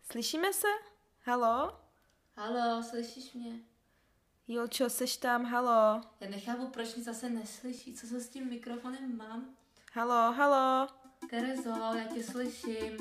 Slyšíme se? Halo? Halo, slyšíš mě? Julčo, seš tam? Halo? Já nechápu, proč mě zase neslyší. Co se s tím mikrofonem mám? Halo, halo? Terezo, já tě slyším.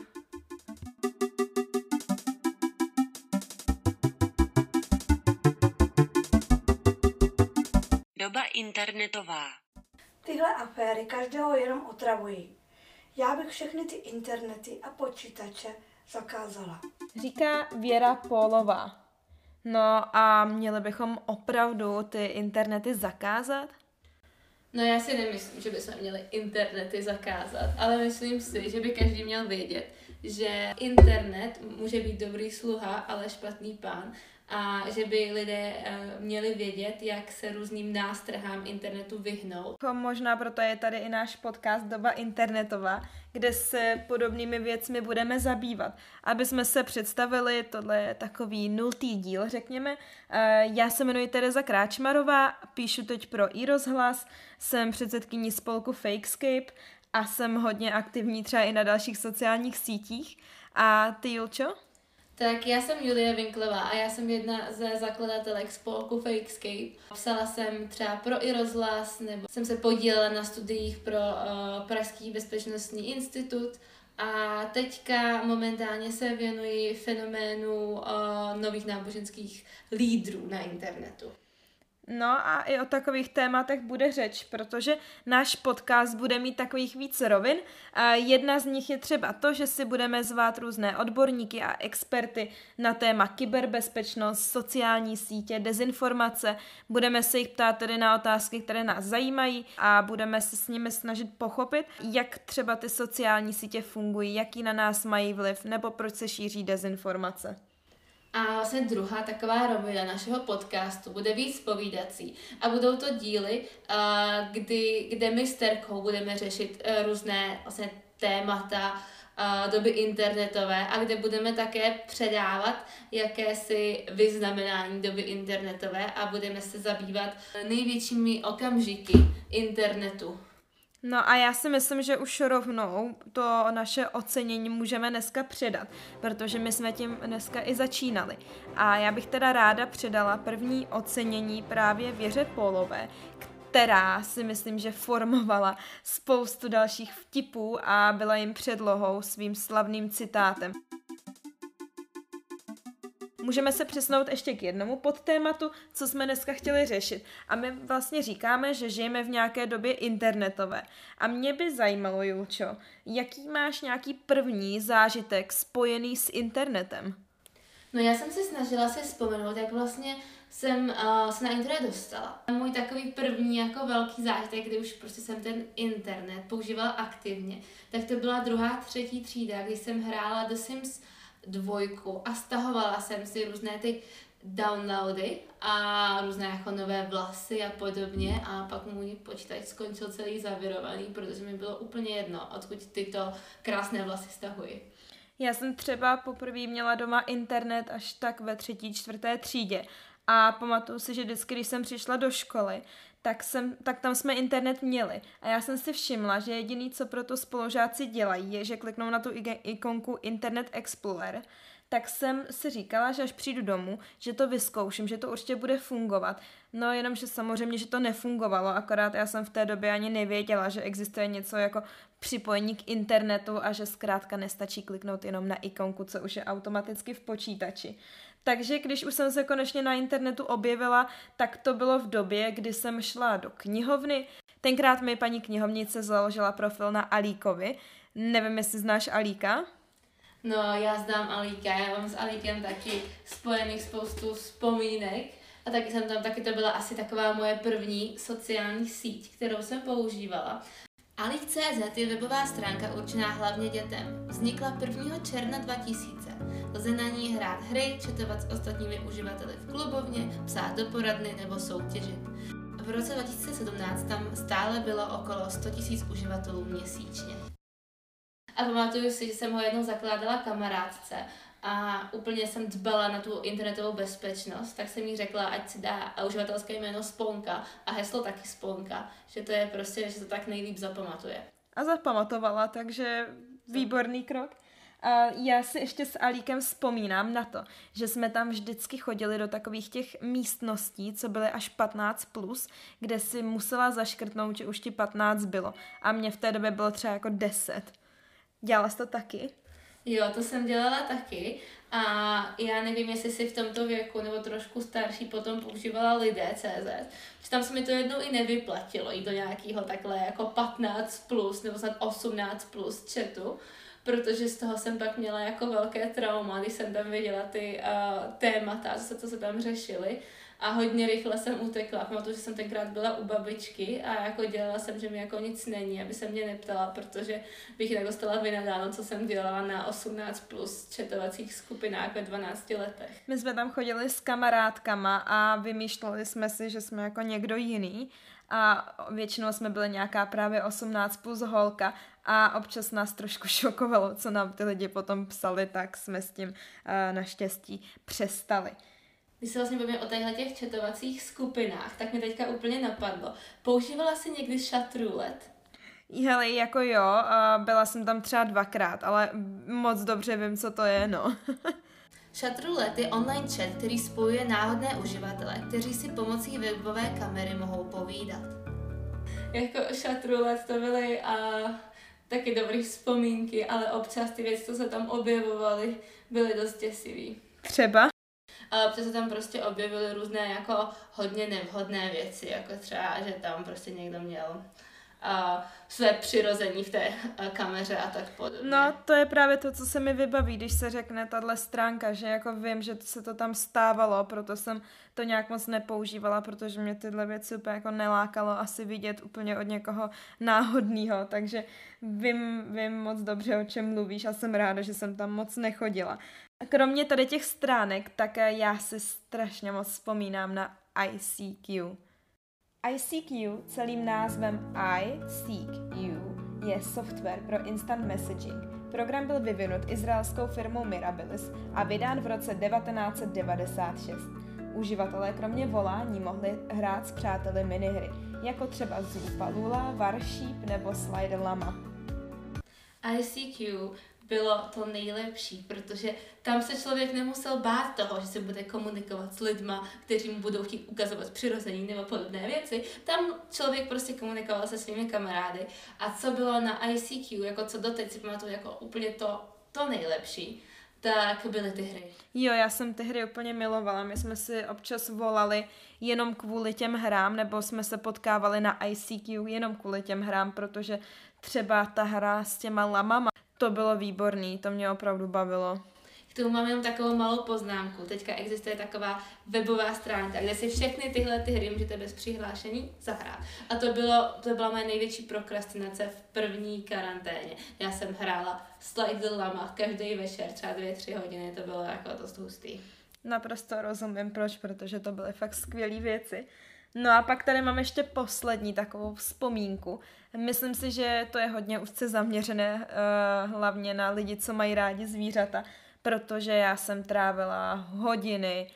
Doba internetová. Tyhle aféry každého jenom otravují. Já bych všechny ty internety a počítače zakázala. Říká Věra Pólová. No a měli bychom opravdu ty internety zakázat? No já si nemyslím, že bychom měli internety zakázat, ale myslím si, že by každý měl vědět, že internet může být dobrý sluha, ale špatný pán, a že by lidé měli vědět, jak se různým nástrahám internetu vyhnout. Možná proto je tady i náš podcast Doba internetová, kde se podobnými věcmi budeme zabývat. Aby jsme se představili, tohle je takový 0. díl, řekněme. Já se jmenuji Tereza Kráčmarová, píšu teď pro iRozhlas, jsem předsedkyní spolku Fakescape a jsem hodně aktivní třeba i na dalších sociálních sítích. A ty, Julčo? Tak já jsem Julie Winklová a já jsem jedna ze zakladatelek spolku Fakescape. Psala jsem třeba pro iRozhlas, nebo jsem se podílela na studiích pro Pražský bezpečnostní institut a teďka momentálně se věnuji fenoménu nových náboženských lídrů na internetu. No a i o takových tématech bude řeč, protože náš podcast bude mít takových víc rovin. Jedna z nich je třeba to, že si budeme zvát různé odborníky a experty na téma kyberbezpečnost, sociální sítě, dezinformace. Budeme se jich ptát tedy na otázky, které nás zajímají a budeme se s nimi snažit pochopit, jak třeba ty sociální sítě fungují, jaký na nás mají vliv nebo proč se šíří dezinformace. A vlastně druhá taková rovina našeho podcastu bude víc povídací a budou to díly, kde my s Terkou budeme řešit různé vlastně témata doby internetové a kde budeme také předávat jakési vyznamenání doby internetové a budeme se zabývat největšími okamžiky internetu. No a já si myslím, že už rovnou to naše ocenění můžeme dneska předat, protože my jsme tím dneska i začínali. A já bych teda ráda předala první ocenění právě Věře Pólové, která si myslím, že formovala spoustu dalších vtipů a byla jim předlohou svým slavným citátem. Můžeme se přesnout ještě k jednomu podtématu, co jsme dneska chtěli řešit. A my vlastně říkáme, že žijeme v nějaké době internetové. A mě by zajímalo, Julčo, jaký máš nějaký první zážitek spojený s internetem? No já jsem se snažila si vzpomenout, jak vlastně jsem se na internet dostala. Můj takový první jako velký zážitek, kdy už prostě jsem ten internet používala aktivně, tak to byla 2., 3. třída, kdy jsem hrála The Sims 2 a stahovala jsem si různé ty downloady a různé jako nové vlasy a podobně a pak můj počítač skončil celý zavirovaný, protože mi bylo úplně jedno, odkud tyto krásné vlasy stahuji. Já jsem třeba poprvé měla doma internet až tak ve 3., 4. třídě a pamatuju si, že vždycky, když jsem přišla do školy, tak tam jsme internet měli. A já jsem si všimla, že jediný, co pro to spolužáci dělají, je, že kliknou na tu ikonku Internet Explorer, tak jsem si říkala, že až přijdu domů, že to vyzkouším, že to určitě bude fungovat. No jenomže samozřejmě, že to nefungovalo, akorát já jsem v té době ani nevěděla, že existuje něco jako připojení k internetu a že zkrátka nestačí kliknout jenom na ikonku, co už je automaticky v počítači. Takže když už jsem se konečně na internetu objevila, tak to bylo v době, kdy jsem šla do knihovny. Tenkrát mi paní knihovnice založila profil na Alíkovi. Nevím, jestli znáš Alíka? No, já znám Alíka, já mám s Alíkem taky spojených spoustu vzpomínek a taky to byla asi taková moje první sociální síť, kterou jsem používala. Alik.cz je webová stránka určená hlavně dětem. Vznikla 1. června 2000. Lze na ní hrát hry, chatovat s ostatními uživateli v klubovně, psát do poradny nebo soutěžit. V roce 2017 tam stále bylo okolo 100 000 uživatelů měsíčně. A pamatuju si, že jsem ho jednou zakládala kamarádce a úplně jsem dbala na tu internetovou bezpečnost, tak jsem jí řekla, ať si dá uživatelské jméno Sponka a heslo taky Sponka, že to je prostě, že to tak nejlíp zapamatuje. A zapamatovala, takže výborný krok. A já si ještě s Alíkem vzpomínám na to, že jsme tam vždycky chodili do takových těch místností, co byly až 15+, kde si musela zaškrtnout, že už ti 15 bylo. A mě v té době bylo třeba jako 10. Dělala jsi to taky? Jo, to jsem dělala taky a já nevím, jestli si v tomto věku nebo trošku starší potom používala Lidé.cz, že tam se mi to jednou i nevyplatilo jít do nějakého takhle jako 15+ nebo snad 18+ chatu, protože z toho jsem pak měla jako velké trauma, když jsem tam viděla ty témata, co se tam řešily. A hodně rychle jsem utekla, protože jsem tenkrát byla u babičky a jako dělala jsem, že mi jako nic není, aby se mě neptala, protože bych jinak dostala vynadáno, co jsem dělala na 18+ chatovacích skupinách ve 12 letech. My jsme tam chodili s kamarádkama a vymýšleli jsme si, že jsme jako někdo jiný a většinou jsme byli nějaká právě 18+ holka a občas nás trošku šokovalo, co nám ty lidi potom psali, tak jsme s tím naštěstí přestali. Když se vlastně bavíme o těch chatovacích skupinách, tak mi teďka úplně napadlo. Používala jsi někdy chat roulette? Hele, jako jo, byla jsem tam třeba 2krát, ale moc dobře vím, co to je, no. Chat roulette je online chat, který spojuje náhodné uživatele, kteří si pomocí webové kamery mohou povídat. Jako chat roulette to byly taky dobrý vzpomínky, ale občas ty věci, co se tam objevovaly, byly dost děsivý. Třeba? Ale občas se tam prostě objevily různé jako hodně nevhodné věci, jako třeba, že tam prostě někdo měl své přirození v té kameře a tak podobně. No, to je právě to, co se mi vybaví, když se řekne tahle stránka, že jako vím, že se to tam stávalo, proto jsem to nějak moc nepoužívala, protože mě tyhle věci úplně jako nelákalo asi vidět úplně od někoho náhodného, takže vím moc dobře, o čem mluvíš a jsem ráda, že jsem tam moc nechodila. Kromě tady těch stránek, tak já si strašně moc vzpomínám na ICQ. ICQ, celým názvem iSeekU, je software pro instant messaging. Program byl vyvinut izraelskou firmou Mirabilis a vydán v roce 1996. Uživatelé kromě volání mohli hrát s přáteli minihry, jako třeba Zupalula, Warsheep nebo Slider Lama. ICQ bylo to nejlepší, protože tam se člověk nemusel bát toho, že se bude komunikovat s lidma, kteří mu budou chtít ukazovat přirození nebo podobné věci. Tam člověk prostě komunikoval se svými kamarády. A co bylo na ICQ, jako co doteď si pamatuju jako úplně to nejlepší, tak byly ty hry. Jo, já jsem ty hry úplně milovala. My jsme si občas volali jenom kvůli těm hrám, nebo jsme se potkávali na ICQ jenom kvůli těm hrám, protože třeba ta hra s těma lamama, to bylo výborný, to mě opravdu bavilo. K tomu mám jenom takovou malou poznámku. Teďka existuje taková webová stránka, kde si všechny tyhle ty hry můžete bez přihlášení zahrát. A to byla moje největší prokrastinace v první karanténě. Já jsem hrála Slider Lama každý večer, třeba 2-3 hodiny, to bylo jako dost hustý. Naprosto rozumím proč, protože to byly fakt skvělé věci. No a pak tady mám ještě poslední takovou vzpomínku. Myslím si, že to je hodně úzce zaměřené hlavně na lidi, co mají rádi zvířata, protože já jsem trávila hodiny,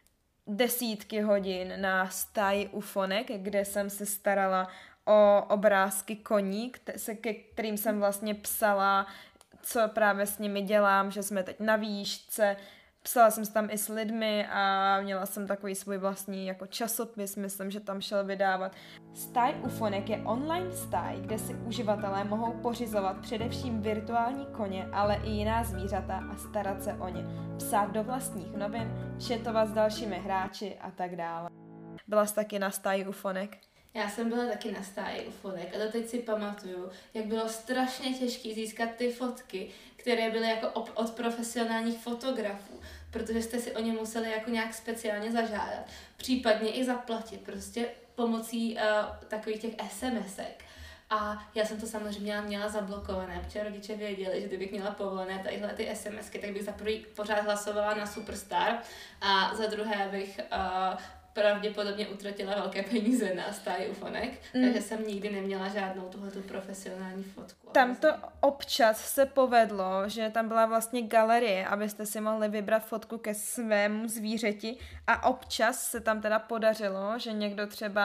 desítky hodin na stáji ufonek, kde jsem se starala o obrázky koní, ke kterým jsem vlastně psala, co právě s nimi dělám, že jsme teď na výšce. Psala jsem tam i s lidmi a měla jsem takový svůj vlastní jako časopis, myslím, že tam šel vydávat. Stáj ufonek je online stáj, kde si uživatelé mohou pořizovat především virtuální koně, ale i jiná zvířata a starat se o ně. Psát do vlastních novin, chatovat s dalšími hráči a tak dále. Byla jsi taky na stáji ufonek? Já jsem byla taky na stáji ufonek a doteď si pamatuju, jak bylo strašně těžké získat ty fotky, které byly jako od profesionálních fotografů, protože jste si o ně museli jako nějak speciálně zažádat, případně i zaplatit prostě pomocí takových těch SMSek. A já jsem to samozřejmě měla zablokované, protože rodiče věděli, že kdybych měla povolené tadyhle ty SMSky, tak bych za prvý pořád hlasovala na Superstar a za druhé bych pravděpodobně utratila velké peníze na stáji ufonek, takže jsem nikdy neměla žádnou tuhletu profesionální fotku. Tam to občas se povedlo, že tam byla vlastně galerie, abyste si mohli vybrat fotku ke svému zvířeti a občas se tam teda podařilo, že někdo třeba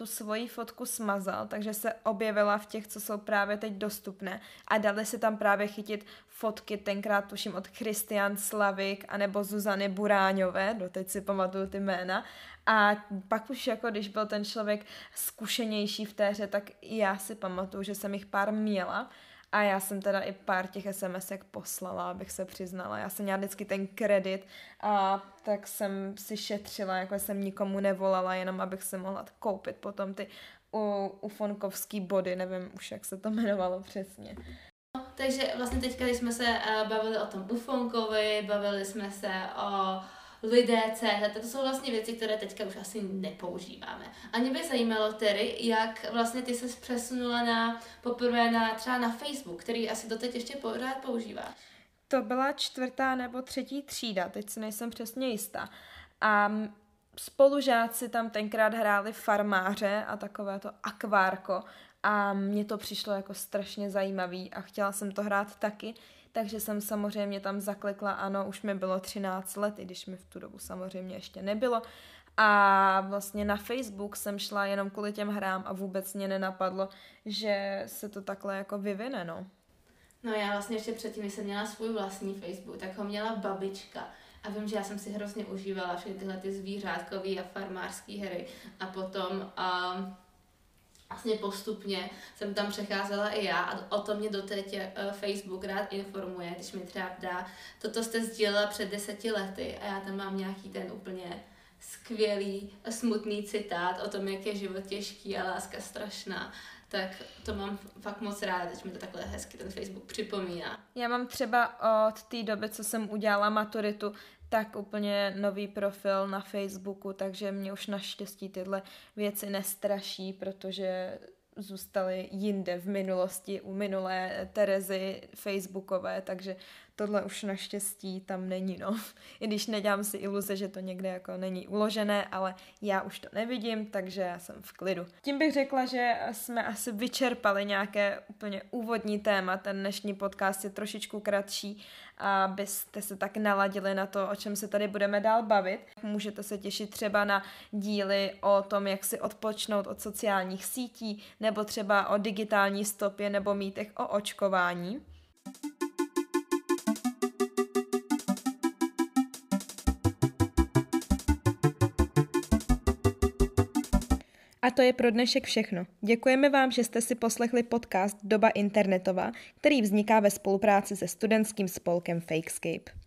tu svoji fotku smazal, takže se objevila v těch, co jsou právě teď dostupné a dali se tam právě chytit fotky, tenkrát tuším od Christian Slavik anebo Zuzany Buráňové, doteď si pamatuju ty jména, a pak už jako když byl ten člověk zkušenější v té hře, tak i já si pamatuju, že jsem jich pár měla a já jsem teda i pár těch SMSek poslala, abych se přiznala. Já jsem měla vždycky ten kredit a tak jsem si šetřila, jako jsem nikomu nevolala, jenom abych si mohla koupit potom ty ufonkovský body, nevím už, jak se to jmenovalo přesně. Takže vlastně teďka, když jsme se bavili o tom ufonkovi, bavili jsme se o lidé.cz, to jsou vlastně věci, které teďka už asi nepoužíváme. A mě by zajímalo, Terry, jak vlastně ty ses přesunula poprvé třeba na Facebook, který asi doteď ještě pořád používáš. To byla 4. nebo 3. třída, teď si nejsem přesně jistá. A spolužáci tam tenkrát hráli farmáře a takové to akvárko a mně to přišlo jako strašně zajímavý a chtěla jsem to hrát taky, takže jsem samozřejmě tam zaklikla, ano, už mi bylo 13 let, i když mi v tu dobu samozřejmě ještě nebylo. A vlastně na Facebook jsem šla jenom kvůli těm hrám a vůbec mě nenapadlo, že se to takhle jako vyvine, no. No já vlastně ještě předtím, když jsem měla svůj vlastní Facebook, tak ho měla babička. A vím, že já jsem si hrozně užívala všechny tyhle ty zvířátkové a farmářské hry. A potom vlastně postupně jsem tam přecházela i já a o tom mě doteď Facebook rád informuje, když mi třeba dá, toto jste sdílela před 10 lety a já tam mám nějaký ten úplně skvělý, smutný citát o tom, jak je život těžký a láska strašná. Tak to mám fakt moc ráda, teď mi to takhle hezky ten Facebook připomíná. Já mám třeba od té doby, co jsem udělala maturitu, tak úplně nový profil na Facebooku, takže mě už naštěstí tyhle věci nestraší, protože zůstaly jinde v minulosti u minulé Terezy facebookové, takže tohle už naštěstí tam není, no. I když nedělám si iluze, že to někde jako není uložené, ale já už to nevidím, takže já jsem v klidu. Tím bych řekla, že jsme asi vyčerpali nějaké úplně úvodní téma, ten dnešní podcast je trošičku kratší, abyste se tak naladili na to, o čem se tady budeme dál bavit. Můžete se těšit třeba na díly o tom, jak si odpočnout od sociálních sítí, nebo třeba o digitální stopě nebo mýtech o očkování. A to je pro dnešek všechno. Děkujeme vám, že jste si poslechli podcast Doba internetová, který vzniká ve spolupráci se studentským spolkem Fakescape.